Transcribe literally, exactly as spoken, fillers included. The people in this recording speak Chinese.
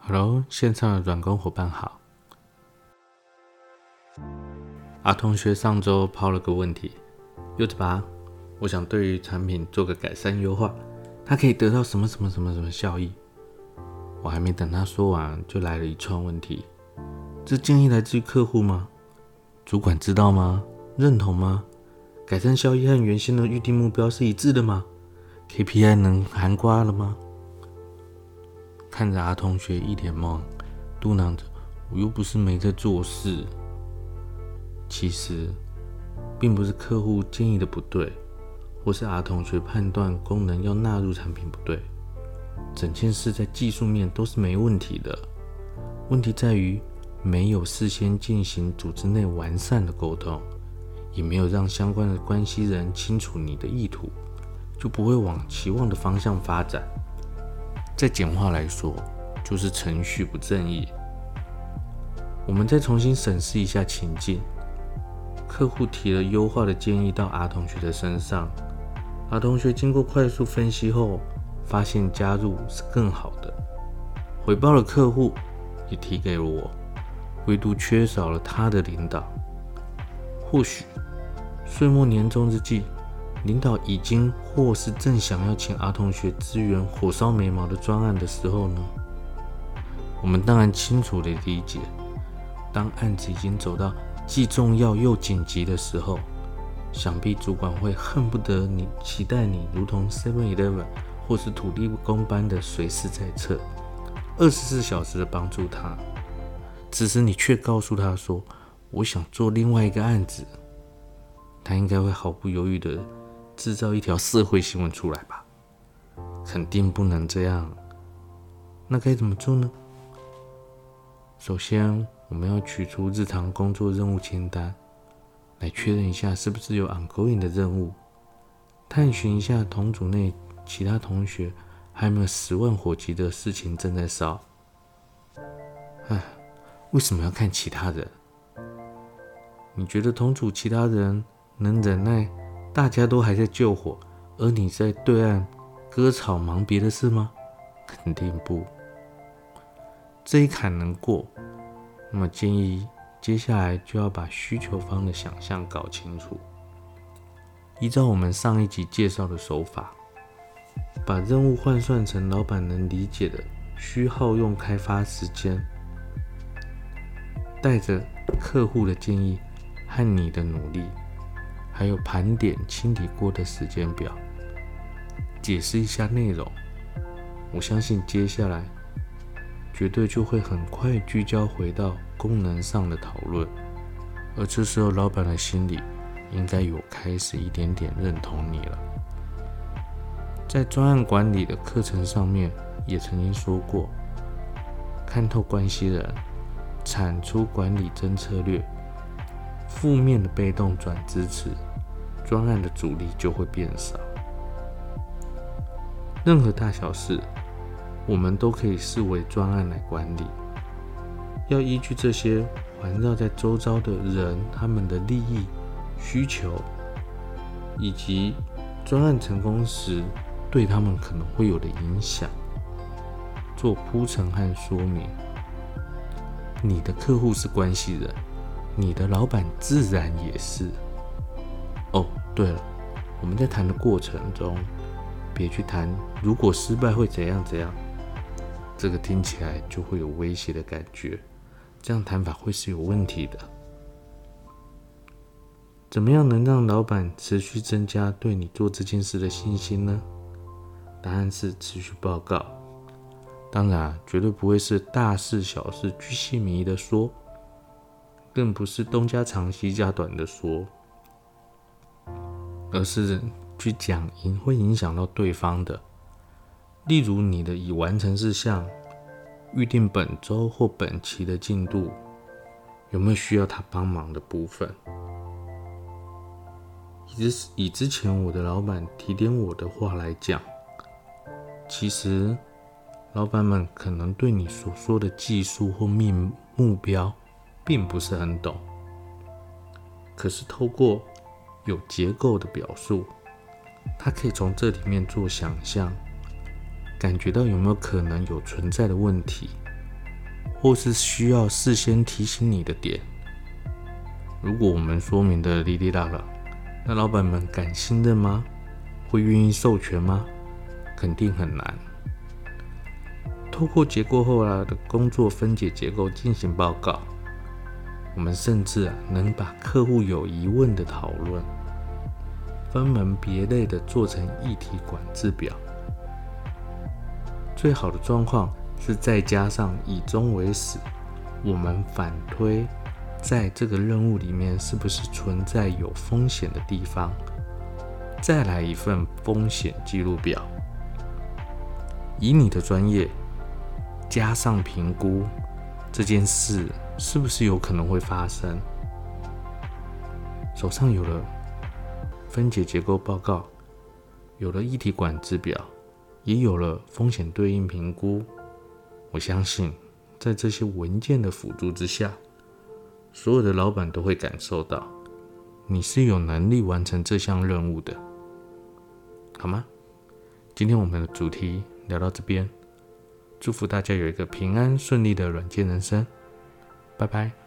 Hello， 线上的软工伙伴好。阿同学上周抛了个问题，柚子爸，我想对于产品做个改善优化，它可以得到什么什么什么什么效益？我还没等他说完，就来了一串问题。这建议来自于客户吗？主管知道吗？认同吗？改善效益和原先的预定目标是一致的吗？ K P I 能含挂了吗？看着阿同学一脸懵，嘟囔着我又不是没在做事。其实并不是客户建议的不对，或是阿同学判断功能要纳入产品不对，整件事在技术面都是没问题的。问题在于没有事先进行组织内完善的沟通，也没有让相关的关系人清楚你的意图，就不会往期望的方向发展。再简化来说，就是程序不正义。我们再重新审视一下情境，客户提了优化的建议到阿同学的身上，阿同学经过快速分析后，发现加入是更好的，回报了客户，也提给了我，唯独缺少了他的领导。或许岁末年终之际，领导已经或是正想要请阿同学支援火烧眉毛的专案的时候呢？我们当然清楚地理解，当案子已经走到既重要又紧急的时候，想必主管会恨不得你期待你如同 seven eleven 或是土地公般的随时在侧，二十四小时的帮助他。此时你却告诉他说，我想做另外一个案子，他应该会毫不犹豫的制造一条社会新闻出来吧？肯定不能这样。那该怎么做呢？首先，我们要取出日常工作任务清单，来确认一下是不是有 ongoing 的任务，探寻一下同组内其他同学还有没有十万火急的事情正在烧。唉，为什么要看其他人？你觉得同组其他人能忍耐大家都还在救火，而你在对岸割草忙别的事吗？肯定不。这一坎能过，那么建议接下来就要把需求方的想象搞清楚。依照我们上一集介绍的手法，把任务换算成老板能理解的需耗用开发时间，带着客户的建议和你的努力，还有盘点清理过的时间表，解释一下内容。我相信接下来绝对就会很快聚焦回到功能上的讨论，而这时候老板的心里应该有开始一点点认同你了。在专案管理的课程上面也曾经说过，看透关系人，产出管理真策略，负面的被动转支持，专案的阻力就会变少。任何大小事我们都可以视为专案来管理，要依据这些环绕在周遭的人，他们的利益、需求，以及专案成功时对他们可能会有的影响，做铺陈和说明。你的客户是关系人，你的老板自然也是。哦，对了，我们在谈的过程中，别去谈如果失败会怎样怎样，这个听起来就会有威胁的感觉，这样谈法会是有问题的。怎么样能让老板持续增加对你做这件事的信心呢？答案是持续报告。当然，绝对不会是大事小事鉅细靡遗的说，更不是东家长西家短的说，而是去讲会影响到对方的。例如你的已完成事项，预定本周或本期的进度，有没有需要他帮忙的部分？以之前我的老板提点我的话来讲，其实老板们可能对你所说的技术或目标并不是很懂，可是透过有结构的表述，他可以从这里面做想象，感觉到有没有可能有存在的问题， 或是需要事先提醒你的点。如果我们说明的哩哩啦啦，那老板们敢信任吗？会愿意授权吗？肯定很难。透过结构后来的工作分解结构进行报告，我们甚至、啊、能把客户有疑问的讨论分门别类的做成议题管制表。最好的状况是再加上以终为始，我们反推在这个任务里面是不是存在有风险的地方，再来一份风险记录表。以你的专业加上评估，这件事是不是有可能会发生？手上有了分解结构报告，有了议题管制表，也有了风险对应评估。我相信在这些文件的辅助之下，所有的老板都会感受到你是有能力完成这项任务的，好吗？今天我们的主题聊到这边，祝福大家有一个平安顺利的软件人生，拜拜。